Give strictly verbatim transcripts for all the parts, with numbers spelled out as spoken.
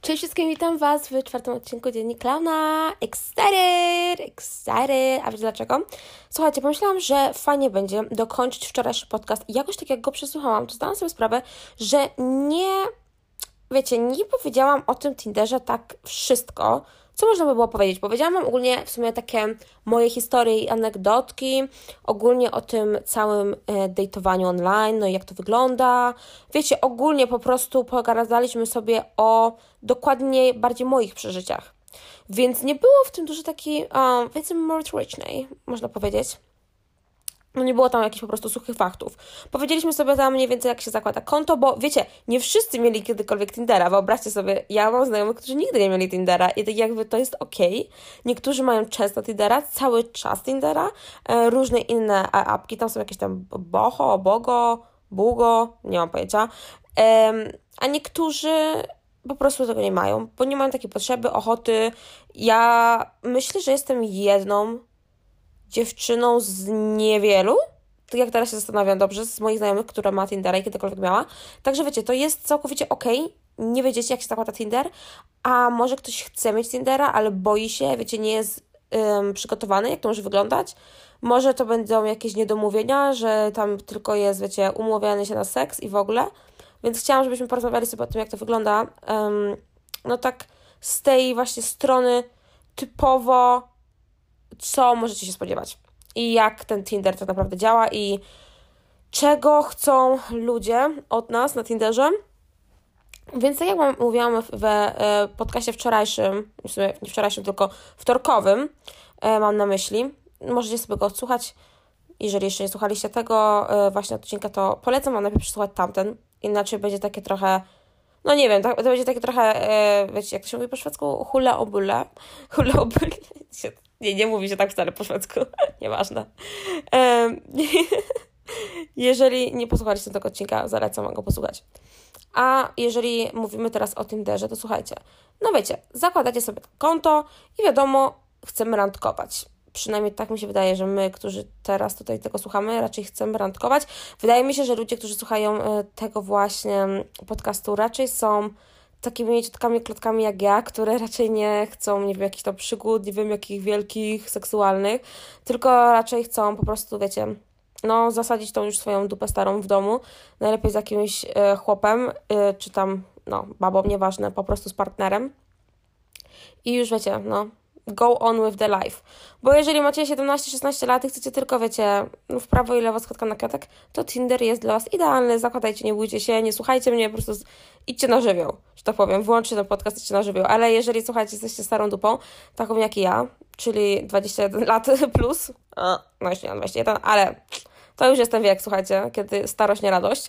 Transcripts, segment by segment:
Cześć wszystkim, witam Was w czwartym odcinku Dziennik Klauna. Excited, excited. A wiecie dlaczego? Słuchajcie, pomyślałam, że fajnie będzie dokończyć wczorajszy podcast i jakoś tak jak go przesłuchałam, to zdałam sobie sprawę, że nie, wiecie, nie powiedziałam o tym Tinderze tak wszystko, co można by było powiedzieć. Powiedziałam Wam ogólnie w sumie takie moje historie i anegdotki, ogólnie o tym całym e, dejtowaniu online, no i jak to wygląda. Wiecie, ogólnie po prostu pogadaliśmy sobie o dokładnie bardziej moich przeżyciach. Więc nie było w tym dużo takiej, um, wiecie, merytorycznej, można powiedzieć. No nie było tam jakichś po prostu suchych faktów. Powiedzieliśmy sobie tam mniej więcej, jak się zakłada konto, bo wiecie, nie wszyscy mieli kiedykolwiek Tindera. Wyobraźcie sobie, ja mam znajomych, którzy nigdy nie mieli Tindera i tak jakby to jest okej. Okay. Niektórzy mają często Tindera, cały czas Tindera, e, różne inne apki, tam są jakieś tam Boho, Bogo, Bugo, nie mam pojęcia. E, a niektórzy po prostu tego nie mają, bo nie mają takiej potrzeby, ochoty. Ja myślę, że jestem jedną dziewczyną z niewielu, tak jak teraz się zastanawiam dobrze, z moich znajomych, która ma Tindera i kiedykolwiek miała. Także wiecie, to jest całkowicie okej, okay. Nie wiedziecie, jak się zakłada Tinder, a może ktoś chce mieć Tindera, ale boi się, wiecie, nie jest um, przygotowany, jak to może wyglądać. Może to będą jakieś niedomówienia, że tam tylko jest, wiecie, umówienie się na seks i w ogóle. Więc chciałam, żebyśmy porozmawiali sobie o tym, jak to wygląda. Um, no tak z tej właśnie strony typowo co możecie się spodziewać i jak ten Tinder tak naprawdę działa i czego chcą ludzie od nas na Tinderze. Więc tak jak wam mówiłam w podcaście wczorajszym, w sumie nie wczorajszym, tylko wtorkowym, mam na myśli, możecie sobie go odsłuchać. Jeżeli jeszcze nie słuchaliście tego właśnie odcinka, to polecam wam najpierw przesłuchać tamten, inaczej będzie takie trochę, no nie wiem, to, to będzie takie trochę, wiecie, jak to się mówi po szwedzku, hula obule, hula obule, nie, nie mówi się tak wcale po szwedzku, nieważne. Um, jeżeli nie posłuchaliście tego odcinka, zalecam wam go posłuchać. A jeżeli mówimy teraz o Tinderze, to słuchajcie, no wiecie, zakładacie sobie konto i wiadomo, chcemy randkować. Przynajmniej tak mi się wydaje, że my, którzy teraz tutaj tego słuchamy, raczej chcemy randkować. Wydaje mi się, że ludzie, którzy słuchają tego właśnie podcastu, raczej są takimi ciotkami, klotkami jak ja, które raczej nie chcą, nie wiem, jakichś tam przygód, nie wiem, jakich wielkich, seksualnych, tylko raczej chcą po prostu, wiecie, no zasadzić tą już swoją dupę starą w domu, najlepiej z jakimś e, chłopem, e, czy tam, no, babą, nieważne, po prostu z partnerem. I już wiecie, no, go on with the life. Bo jeżeli macie siedemnaście szesnaście lat i chcecie tylko, wiecie, w prawo i lewo schodka na kwiatek, to Tinder jest dla was idealny. Zakładajcie, nie bójcie się, nie słuchajcie mnie, po prostu z... idźcie na żywioł, że tak powiem. Włączcie ten podcast, idźcie na żywioł. Ale jeżeli, słuchajcie, jesteście starą dupą, taką jak i ja, czyli dwadzieścia jeden lat plus, a, no jeszcze nie mam dwadzieścia jeden, ale to już jest ten wiek, słuchajcie, kiedy starość nie radość,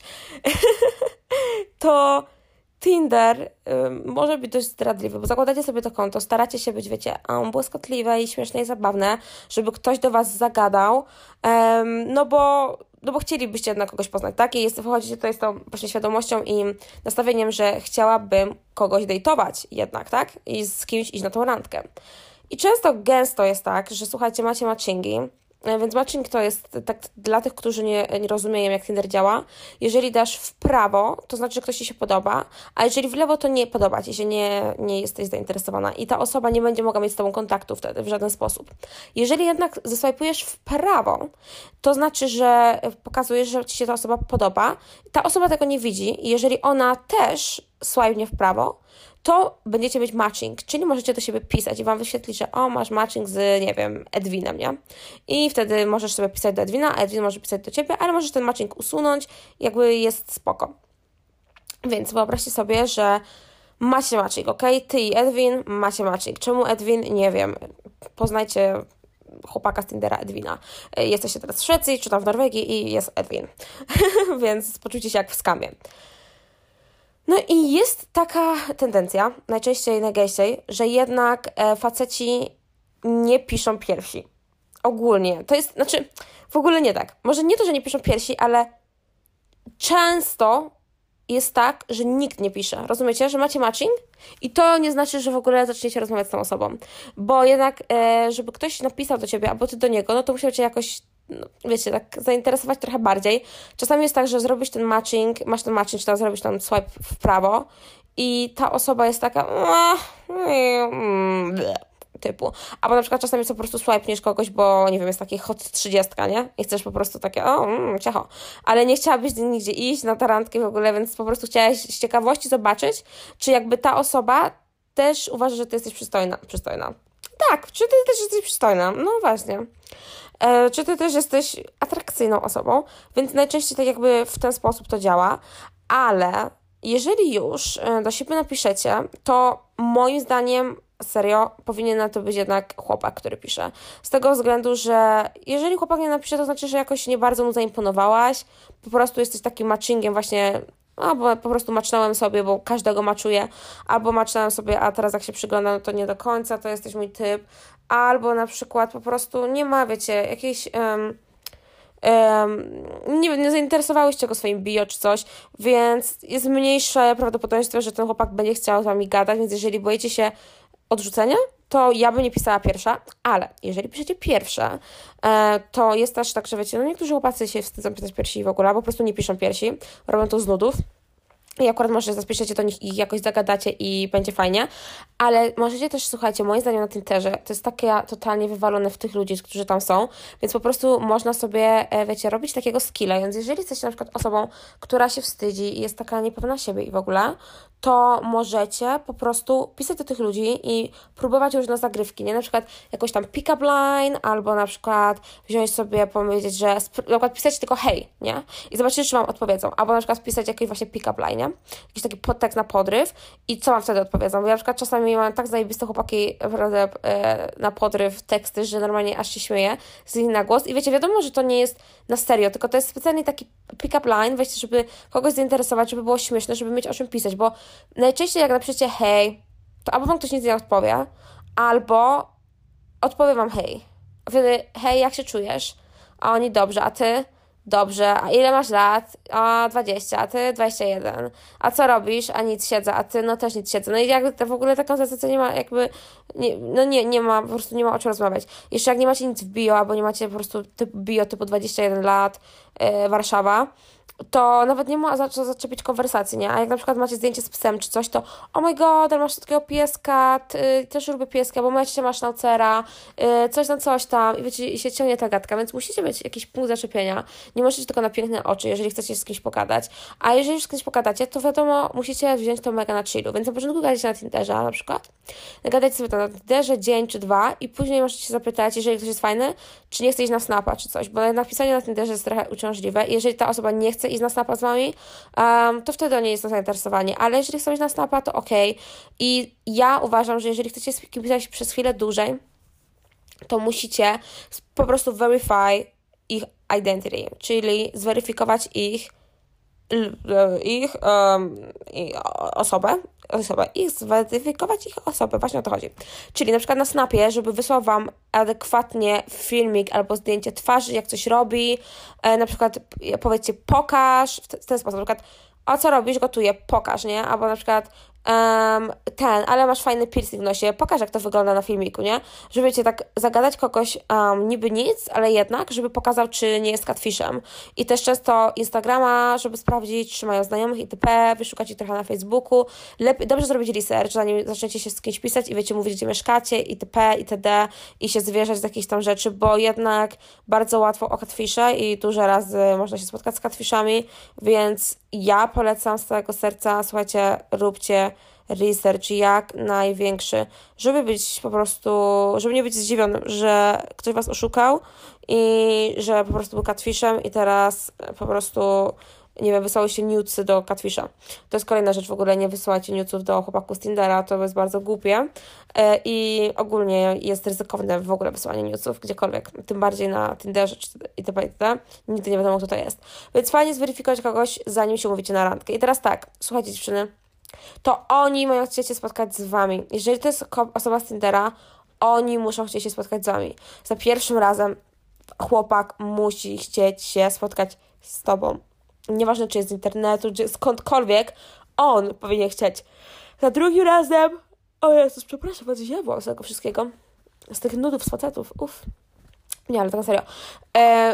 to Tinder y, może być dość zdradliwy, bo zakładacie sobie to konto, staracie się być, wiecie, um, błyskotliwe i śmieszne i zabawne, żeby ktoś do was zagadał, um, no bo no bo chcielibyście jednak kogoś poznać, tak? I jest, wchodzicie tutaj z tą właśnie świadomością i nastawieniem, że chciałabym kogoś dejtować jednak, tak? I z kimś iść na tą randkę. I często, gęsto jest tak, że słuchajcie, macie matchingi, więc matching to jest tak dla tych, którzy nie, nie rozumieją, jak Tinder działa. Jeżeli dasz w prawo, to znaczy, że ktoś ci się podoba, a jeżeli w lewo, to nie podoba ci się, nie, nie jesteś zainteresowana i ta osoba nie będzie mogła mieć z tobą kontaktu wtedy w żaden sposób. Jeżeli jednak zeswajpujesz w prawo, to znaczy, że pokazujesz, że ci się ta osoba podoba, ta osoba tego nie widzi i jeżeli ona też swajpnie w prawo, to będziecie mieć matching, czyli możecie do siebie pisać i wam wyświetli, że o, masz matching z, nie wiem, Edwinem, nie? I wtedy możesz sobie pisać do Edwina, a Edwin może pisać do ciebie, ale możesz ten matching usunąć, jakby jest spoko. Więc wyobraźcie sobie, że macie matching, ok? Ty i Edwin macie matching. Czemu Edwin? Nie wiem. Poznajcie chłopaka z Tindera Edwina. Jesteście teraz w Szwecji, czy tam w Norwegii i jest Edwin. Więc poczujcie się jak w skamie. No i jest taka tendencja, najczęściej, najgęściej, że jednak e, faceci nie piszą piersi. Ogólnie. To jest, znaczy, w ogóle nie tak. Może nie to, że nie piszą piersi, ale często jest tak, że nikt nie pisze. Rozumiecie, że macie matching i to nie znaczy, że w ogóle zaczniecie rozmawiać z tą osobą. Bo jednak, e, żeby ktoś napisał do ciebie, albo ty do niego, no to musiał cię jakoś, no, wiecie, tak zainteresować trochę bardziej. Czasami jest tak, że zrobisz ten matching, masz ten matching, czy tam zrobisz tam swipe w prawo i ta osoba jest taka typu. Albo na przykład czasami co po prostu swipniesz kogoś, bo nie wiem, jest taki hot trzydziestka, nie? I chcesz po prostu takie, o, mm, ciacho. Ale nie chciałabyś nigdzie iść na tę randkę w ogóle, więc po prostu chciałaś z ciekawości zobaczyć, czy jakby ta osoba też uważa, że ty jesteś przystojna. Przystojna. Tak, czy ty też jesteś przystojna? No właśnie. E, czy ty też jesteś atrakcyjną osobą? Więc najczęściej tak jakby w ten sposób to działa, ale jeżeli już do siebie napiszecie, to moim zdaniem serio powinien na to być jednak chłopak, który pisze. Z tego względu, że jeżeli chłopak nie napisze, to znaczy, że jakoś nie bardzo mu zaimponowałaś, po prostu jesteś takim matchingiem właśnie, albo po prostu macznąłem sobie, bo każdego maczuję, albo macznąłem sobie, a teraz jak się przyglądam, no to nie do końca, to jesteś mój typ, albo na przykład po prostu nie ma, wiecie, jakiejś... Um, Um, nie, nie zainteresowałyście go swoim bio czy coś, więc jest mniejsze prawdopodobieństwo, że ten chłopak będzie chciał z wami gadać, więc jeżeli boicie się odrzucenia, to ja bym nie pisała pierwsza, ale jeżeli piszecie pierwsze, e, to jest też tak, że wiecie, no niektórzy chłopacy się wstydzą pisać piersi w ogóle, po prostu nie piszą piersi, robią to z nudów. I akurat może zaspiszecie do nich i jakoś zagadacie i będzie fajnie, ale możecie też, słuchajcie, moim zdaniem na Tinderze to jest takie totalnie wywalone w tych ludzi, którzy tam są, więc po prostu można sobie, wiecie, robić takiego skilla, więc jeżeli jesteście na przykład osobą, która się wstydzi i jest taka niepewna siebie i w ogóle, to możecie po prostu pisać do tych ludzi i próbować różne zagrywki, nie? Na przykład jakoś tam pick-up line, albo na przykład wziąć sobie, powiedzieć, że na przykład pisać tylko hej, nie? I zobaczycie, czy wam odpowiedzą. Albo na przykład pisać jakiś właśnie pick-up line, nie? Jakiś taki podtekst na podryw i co wam wtedy odpowiedzą? Bo ja na przykład czasami mam tak zajebiste chłopaki naprawdę e, na podryw teksty, że normalnie aż się śmieję z nich na głos. I wiecie, wiadomo, że to nie jest na serio, tylko to jest specjalnie taki pick-up line, weźcie, żeby kogoś zainteresować, żeby było śmieszne, żeby mieć o czym pisać, bo najczęściej jak napiszecie hej, to albo wam ktoś nic nie odpowie, albo odpowie wam hej. Wtedy hej, jak się czujesz? A oni dobrze, a ty? Dobrze, a ile masz lat? A dwadzieścia, a ty dwadzieścia jeden. A co robisz? A nic, siedzę, a ty? No też nic, siedzę. No i jakby to w ogóle ta konwersacja nie ma jakby, nie, no nie, nie ma, po prostu nie ma o czym rozmawiać. Jeszcze jak nie macie nic w bio, albo nie macie po prostu typ bio typu dwadzieścia jeden lat, yy, Warszawa, to nawet nie ma za co zaczepić konwersacji, nie? A jak na przykład macie zdjęcie z psem czy coś, to oh my god, ale masz takiego pieska, ty też lubię pieska, bo moja ciocia ma sznaucera, yy, coś tam, coś tam i wiecie, i się ciągnie ta gadka, więc musicie mieć jakiś punkt zaczepienia. Nie możecie tylko na piękne oczy, jeżeli chcecie z kimś pogadać. A jeżeli już z kimś pogadacie, to wiadomo, musicie wziąć to mega na chillu, więc na początku gadacie na Tinderze na przykład, gadać sobie to na Tinderze dzień czy dwa i później możecie się zapytać, jeżeli ktoś jest fajny, czy nie chce iść na snapa czy coś, bo napisanie na Tinderze jest trochę uciążliwe i jeżeli ta osoba nie chce iść na snapa z wami, um, to wtedy oni są zainteresowani, ale jeżeli chcą iść na snapa, to okej. Okay. I ja uważam, że jeżeli chcecie z kimś pisać przez chwilę dłużej, to musicie po prostu verify ich identity, czyli zweryfikować ich ich, um, ich osobę, osobę, ich zweryfikować ich osobę, właśnie o to chodzi. Czyli na przykład na Snapie, żeby wysłał wam adekwatnie filmik albo zdjęcie twarzy, jak coś robi, e, na przykład powiedzcie pokaż, w, te, w ten sposób, na przykład a co robisz, gotuję, pokaż, nie? Albo na przykład um, ten, ale masz fajny piercing w nosie, pokaż jak to wygląda na filmiku, nie? Żeby cię tak zagadać kogoś um, niby nic, ale jednak, żeby pokazał, czy nie jest catfishem. I też często Instagrama, żeby sprawdzić, czy mają znajomych itp., wyszukać ich trochę na Facebooku. Lepiej, dobrze zrobić research, zanim zaczniecie się z kimś pisać i wiecie, mówić, gdzie mieszkacie itp., itd. i się zwierzać z jakichś tam rzeczy, bo jednak bardzo łatwo o catfisze i dużo razy można się spotkać z catfishami, więc ja polecam z całego serca, słuchajcie, róbcie research jak największy, żeby być po prostu, żeby nie być zdziwionym, że ktoś was oszukał i że po prostu był catfishem i teraz po prostu, nie wiem, wysłały się nudesy do catfisha. To jest kolejna rzecz w ogóle, nie wysyłajcie nudesów do chłopaków z Tindera, to jest bardzo głupie i ogólnie jest ryzykowne w ogóle wysyłanie nudesów gdziekolwiek, tym bardziej na Tinderze itp. itd. Nigdy nie wiadomo, kto to jest. Więc fajnie zweryfikować kogoś, zanim się umówicie na randkę. I teraz tak, słuchajcie dziewczyny, to oni mają chcieć się spotkać z wami. Jeżeli to jest osoba z Tindera, oni muszą chcieć się spotkać z wami. Za pierwszym razem chłopak musi chcieć się spotkać z tobą. Nieważne, czy jest z internetu, czy skądkolwiek, on powinien chcieć. Za drugim razem, o Jezus, przepraszam, bardzo zjadłam z tego wszystkiego. Z tych nudów, z facetów, uff. Nie, ale tak na serio. E,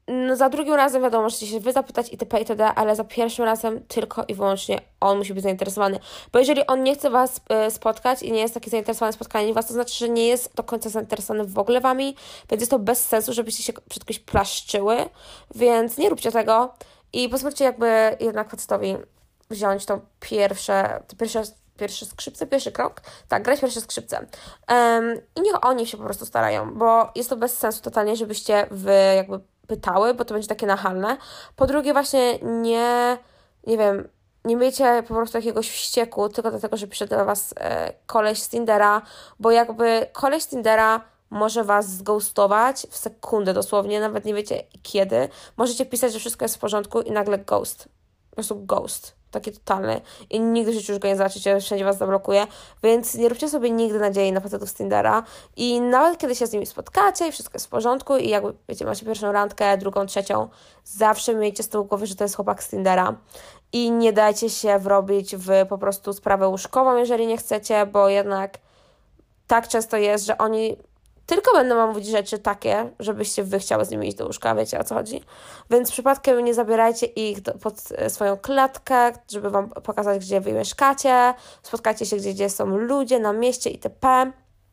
no, za drugim razem wiadomo, możecie się wy zapytać itp. itd., ale za pierwszym razem tylko i wyłącznie on musi być zainteresowany. Bo jeżeli on nie chce was y, spotkać i nie jest taki zainteresowany spotkaniem was, to znaczy, że nie jest do końca zainteresowany w ogóle wami, więc jest to bez sensu, żebyście się przed kimś plaszczyły, więc nie róbcie tego i pozwólcie jakby jednak facetowi wziąć to pierwsze, to pierwsze Pierwsze skrzypce, pierwszy krok, tak, grać pierwsze skrzypce. Um, I niech oni się po prostu starają, bo jest to bez sensu totalnie, żebyście wy jakby pytały, bo to będzie takie nachalne. Po drugie właśnie nie, nie wiem, nie miejcie po prostu jakiegoś wścieku tylko dlatego, że pisze do was e, koleś z Tindera, bo jakby koleś z Tindera może was zghostować w sekundę dosłownie, nawet nie wiecie kiedy. Możecie pisać, że wszystko jest w porządku i nagle ghost. Po prostu ghost. Taki totalny. I nigdy w życiu już go nie zobaczycie, wszędzie was zablokuje. Więc nie róbcie sobie nigdy nadziei na facetów z Tindera. I nawet kiedy się z nimi spotkacie i wszystko jest w porządku i jakby, wiecie, macie pierwszą randkę, drugą, trzecią, zawsze miejcie z tyłu głowy, że to jest chłopak z Tindera. I nie dajcie się wrobić w po prostu sprawę łóżkową, jeżeli nie chcecie, bo jednak tak często jest, że oni tylko będą wam mówić rzeczy takie, żebyście wy chciały z nimi iść do łóżka, wiecie o co chodzi. Więc przypadkiem nie zabierajcie ich do, pod swoją klatkę, żeby wam pokazać, gdzie wy mieszkacie, spotkajcie się gdzie, gdzie są ludzie, na mieście itp.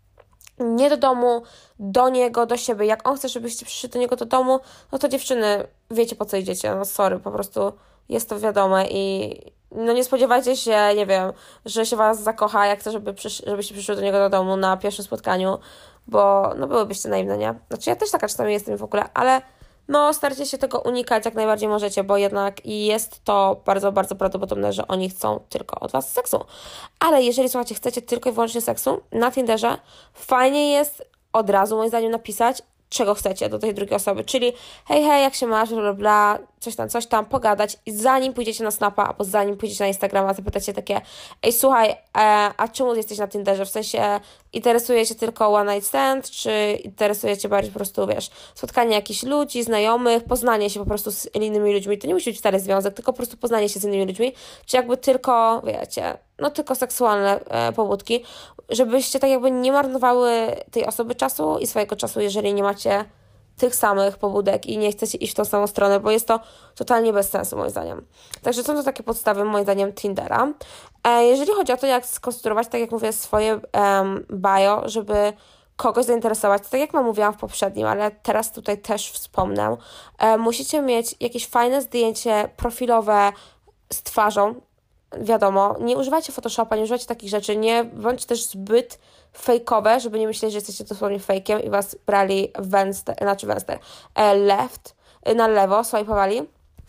Nie do domu, do niego, do siebie. Jak on chce, żebyście przyszli do niego do domu, no to dziewczyny, wiecie po co idziecie, no sorry, po prostu jest to wiadome i no nie spodziewajcie się, nie wiem, że się was zakocha, jak chce, żeby przysz- żebyście przyszły do niego do domu na pierwszym spotkaniu, bo no byłybyście naiwne, nie? Znaczy ja też taka czasami jestem w ogóle, ale no starajcie się tego unikać jak najbardziej możecie, bo jednak jest to bardzo, bardzo prawdopodobne, że oni chcą tylko od was seksu. Ale jeżeli, słuchajcie, chcecie tylko i wyłącznie seksu na Tinderze, fajnie jest od razu, moim zdaniem, napisać, czego chcecie do tej drugiej osoby, czyli hej, hej, jak się masz, bla, bla, bla, coś tam, coś tam, pogadać i zanim pójdziecie na Snapa, albo zanim pójdziecie na Instagrama, zapytacie takie, ej, słuchaj, e, a czemu jesteś na Tinderze? W sensie interesuje cię tylko one night stand, czy interesuje cię bardziej po prostu, wiesz, spotkanie jakichś ludzi, znajomych, poznanie się po prostu z innymi ludźmi, to nie musi być stary związek, tylko po prostu poznanie się z innymi ludźmi, czy jakby tylko, wiecie, no tylko seksualne e, pobudki, żebyście tak jakby nie marnowały tej osoby czasu i swojego czasu, jeżeli nie macie tych samych pobudek i nie chcecie iść w tą samą stronę, bo jest to totalnie bez sensu, moim zdaniem. Także są to takie podstawy, moim zdaniem, Tindera. E, jeżeli chodzi o to, jak skonstruować, tak jak mówię, swoje um, bio, żeby kogoś zainteresować, to tak jak mówiłam w poprzednim, ale teraz tutaj też wspomnę, e, musicie mieć jakieś fajne zdjęcie profilowe z twarzą. Wiadomo, nie używajcie Photoshopa, nie używajcie takich rzeczy, nie bądźcie też zbyt fejkowe, żeby nie myśleć, że jesteście dosłownie fejkiem i was brali węster, znaczy węster, e, left, e, na lewo, swipe'owali,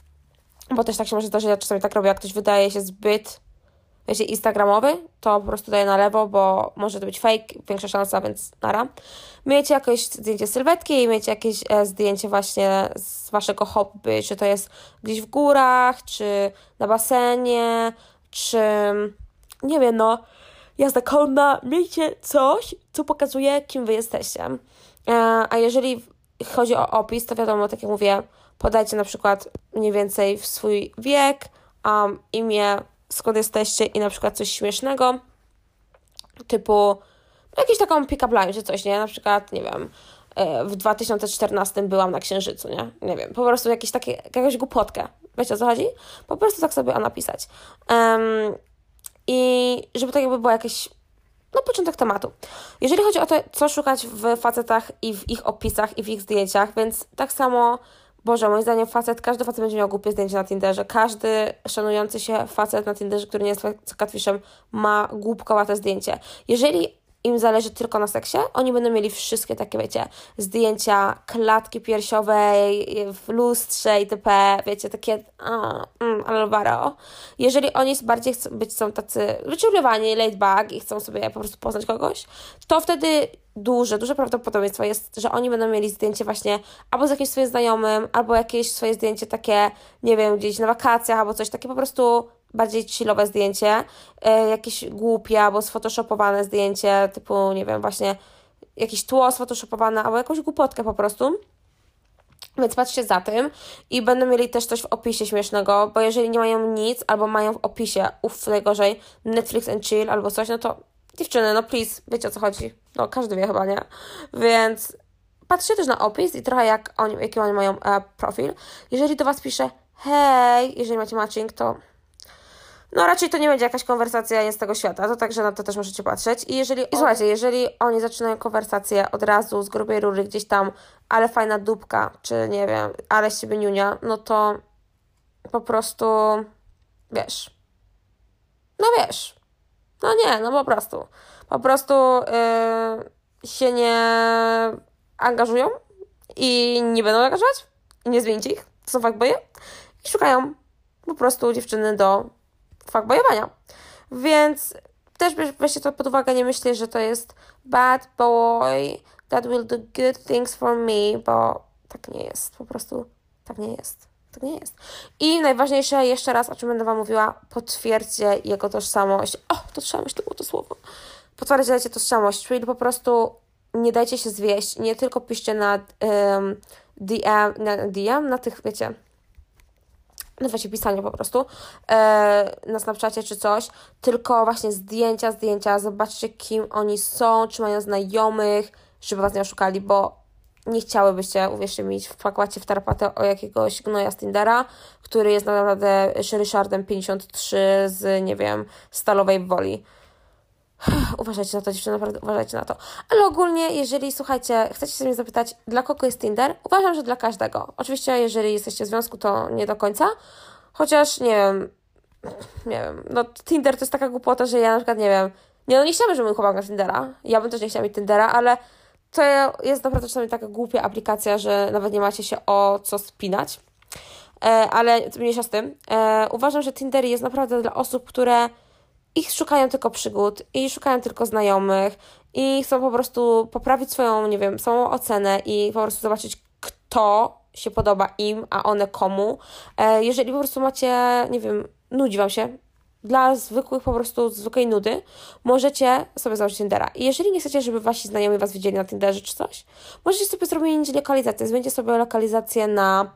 bo też tak się może zdarzyć, ja czasami tak robię, jak ktoś wydaje się zbyt, wiecie, instagramowy, to po prostu daję na lewo, bo może to być fake, większa szansa, więc nara. Miejcie jakieś zdjęcie sylwetki i miejcie jakieś e, zdjęcie właśnie z waszego hobby, czy to jest gdzieś w górach, czy na basenie, czy nie wiem, no jazda konna, miejcie coś, co pokazuje, kim wy jesteście. E, a jeżeli chodzi o opis, to wiadomo, tak jak mówię, podajcie na przykład mniej więcej w swój wiek, um, imię, skąd jesteście i na przykład coś śmiesznego, typu no, jakiś taką pick-up line czy coś, nie? Na przykład, nie wiem, w dwa tysiące czternastym byłam na Księżycu, nie? Nie wiem, po prostu jakieś takie, jakąś głupotkę. Wiecie o co chodzi? Po prostu tak sobie napisać. Um, I żeby to jakby było jakieś, no początek tematu. Jeżeli chodzi o to, co szukać w facetach i w ich opisach i w ich zdjęciach, więc tak samo, Boże, moim zdaniem facet, każdy facet będzie miał głupie zdjęcie na Tinderze. Każdy szanujący się facet na Tinderze, który nie jest catfishem, ma głupkowate zdjęcie. Jeżeli im zależy tylko na seksie, oni będą mieli wszystkie takie, wiecie, zdjęcia klatki piersiowej, w lustrze itp., wiecie, takie a, mm, alvaro. Jeżeli oni bardziej chcą być, są tacy wyczulowani, laid back i chcą sobie po prostu poznać kogoś, to wtedy duże, duże prawdopodobieństwo jest, że oni będą mieli zdjęcie właśnie albo z jakimś swoim znajomym, albo jakieś swoje zdjęcie takie, nie wiem, gdzieś na wakacjach, albo coś takie po prostu bardziej chillowe zdjęcie, y, jakieś głupie albo sfotoshopowane zdjęcie, typu, nie wiem, właśnie jakieś tło sfotoshopowane, albo jakąś głupotkę po prostu. Więc patrzcie za tym i będą mieli też coś w opisie śmiesznego, bo jeżeli nie mają nic, albo mają w opisie, uff, najgorzej, Netflix and chill, albo coś, no to dziewczyny, no please, wiecie o co chodzi. No, każdy wie chyba, nie? Więc patrzcie też na opis i trochę jak oni, jaki oni mają e, profil. Jeżeli do Was pisze hej, jeżeli macie matching, to no raczej to nie będzie jakaś konwersacja nie z tego świata, to także na to też możecie patrzeć. I jeżeli, i słuchajcie, jeżeli oni zaczynają konwersację od razu z grubej rury gdzieś tam, ale fajna dupka, czy nie wiem, ale z ciebie niunia, no to po prostu, wiesz, no wiesz, no nie, no po prostu, po prostu yy, się nie angażują i nie będą angażować i nie zmienicie ich, to są fuckboye i szukają po prostu dziewczyny do fuckboyowania. Więc też weźcie to pod uwagę, nie myślę, że to jest bad boy that will do good things for me, bo tak nie jest, po prostu tak nie jest. Tak nie jest. I najważniejsze, jeszcze raz, o czym będę Wam mówiła, potwierdźcie jego tożsamość. O, tożsamość, to było to słowo. Potwierdzajcie tożsamość, czyli po prostu nie dajcie się zwieść, nie tylko piszcie na um, D M, na D M, na tych, wiecie, na wiecie, pisanie po prostu, e, na Snapchacie czy coś, tylko właśnie zdjęcia, zdjęcia, zobaczcie kim oni są, czy mają znajomych, żeby Was nie oszukali, bo nie chciałybyście, uwierzcie mi, wpakować się w tarapatę o jakiegoś gnoja z Tindera, który jest naprawdę Ryszardem pięćdziesiąt trzy z, nie wiem, Stalowej Woli. Uważajcie na to, dziewczyny, naprawdę uważajcie na to. Ale ogólnie, jeżeli, słuchajcie, chcecie się mnie zapytać, dla kogo jest Tinder? Uważam, że dla każdego. Oczywiście, jeżeli jesteście w związku, to nie do końca. Chociaż, nie wiem, nie wiem, no Tinder to jest taka głupota, że ja na przykład, nie wiem, nie, no nie chciałabym, żeby mój chłopak miał Tindera. Ja bym też nie chciała mieć Tindera, ale to jest naprawdę czasami taka głupia aplikacja, że nawet nie macie się o co spinać. E, ale mniejsza z tym. E, uważam, że Tinder jest naprawdę dla osób, które ich szukają tylko przygód i szukają tylko znajomych i chcą po prostu poprawić swoją, nie wiem, samą ocenę i po prostu zobaczyć, kto się podoba im, a one komu. E, jeżeli po prostu macie, nie wiem, nudzi Wam się, dla zwykłych po prostu, zwykłej nudy, możecie sobie założyć Tindera. I jeżeli nie chcecie, żeby Wasi znajomi Was widzieli na Tinderze czy coś, możecie sobie zrobić lokalizację. Zmieńcie sobie lokalizację na,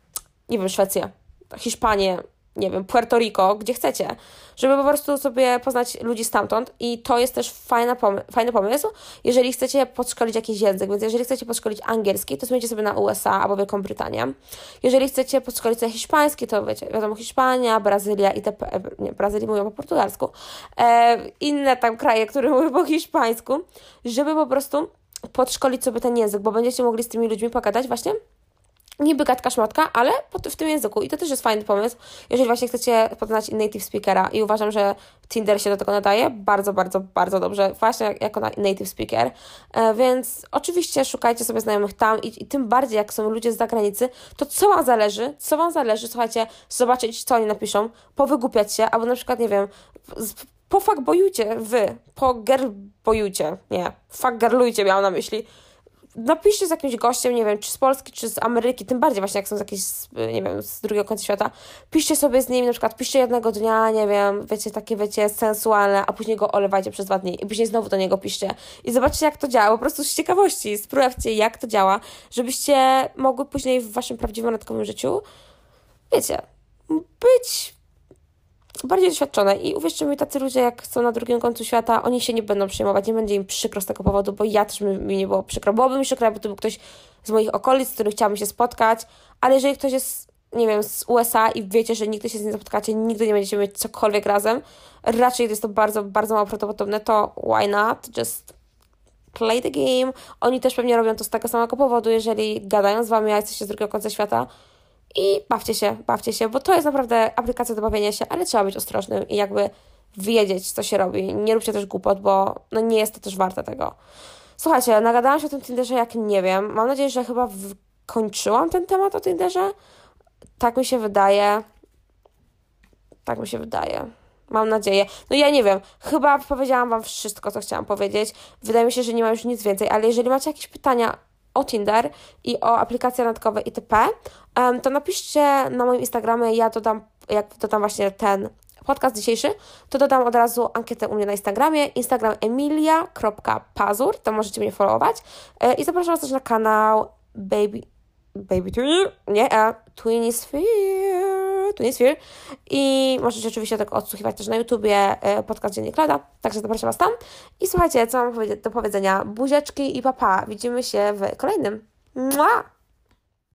nie wiem, Szwecję, Hiszpanię, nie wiem, Puerto Rico, gdzie chcecie, żeby po prostu sobie poznać ludzi stamtąd i to jest też fajna pom- fajny pomysł, jeżeli chcecie podszkolić jakiś język, więc jeżeli chcecie podszkolić angielski, to zmieńcie sobie na U S A albo Wielką Brytanię. Jeżeli chcecie podszkolić sobie hiszpański, to wiecie, wiadomo, Hiszpania, Brazylia itp. Nie, Brazylii mówią po portugalsku, e, inne tam kraje, które mówią po hiszpańsku, żeby po prostu podszkolić sobie ten język, bo będziecie mogli z tymi ludźmi pogadać właśnie niby gadka szmatka, ale w tym języku. I to też jest fajny pomysł, jeżeli właśnie chcecie poznać native speakera i uważam, że Tinder się do tego nadaje bardzo, bardzo, bardzo dobrze, właśnie jako native speaker. E, więc oczywiście szukajcie sobie znajomych tam i, i tym bardziej, jak są ludzie z zagranicy, to co Wam zależy, co Wam zależy, słuchajcie, zobaczyć, co oni napiszą, powygłupiać się, albo na przykład, nie wiem, z, pofuckboyujcie wy, pogirlboyujcie, nie, fuckgirlujcie miałam na myśli. Napiszcie z jakimś gościem, nie wiem, czy z Polski, czy z Ameryki, tym bardziej właśnie jak są z jakiejś, nie wiem, z drugiego końca świata. Piszcie sobie z nimi, na przykład piszcie jednego dnia, nie wiem, wiecie, takie, wiecie, sensualne, a później go olewajcie przez dwa dni i później znowu do niego piszcie. I zobaczcie, jak to działa, po prostu z ciekawości, sprawdźcie, jak to działa, żebyście mogły później w waszym prawdziwym, randkowym życiu, wiecie, być bardziej doświadczone i uwierzcie mi, tacy ludzie jak są na drugim końcu świata, oni się nie będą przejmować, nie będzie im przykro z tego powodu, bo ja też mi, mi nie było przykro. Byłoby mi przykro, jakby to był ktoś z moich okolic, z którym chciałabym się spotkać, ale jeżeli ktoś jest, nie wiem, z U S A i wiecie, że nigdy się z nim spotkacie, nigdy nie będziecie mieć cokolwiek razem, raczej jest to bardzo, bardzo mało prawdopodobne, to why not? Just play the game. Oni też pewnie robią to z tego samego powodu, jeżeli gadają z wami, a jesteście z drugiego końca świata. I bawcie się, bawcie się, bo to jest naprawdę aplikacja do bawienia się, ale trzeba być ostrożnym i jakby wiedzieć, co się robi. Nie róbcie też głupot, bo no nie jest to też warte tego. Słuchajcie, nagadałam się o tym Tinderze jak nie wiem. Mam nadzieję, że chyba kończyłam ten temat o Tinderze. Tak mi się wydaje. Tak mi się wydaje. Mam nadzieję. No ja nie wiem, chyba powiedziałam Wam wszystko, co chciałam powiedzieć. Wydaje mi się, że nie mam już nic więcej, ale jeżeli macie jakieś pytania o Tinder i o aplikacje randkowe itp., um, to napiszcie na moim Instagramie, ja dodam, jak dodam właśnie ten podcast dzisiejszy, to dodam od razu ankietę u mnie na Instagramie, Instagram emilia kropka pazur, tam możecie mnie followować e, i zapraszam Was też na kanał Baby, Baby Twin, nie, a Twinisphere. to nie jest fear. I możecie oczywiście tak odsłuchiwać też na YouTubie podcast Dziennik Klauda, także zapraszam Was tam. I słuchajcie, co mam do powiedzenia? Buziaczki i papa. Widzimy się w kolejnym. Mua!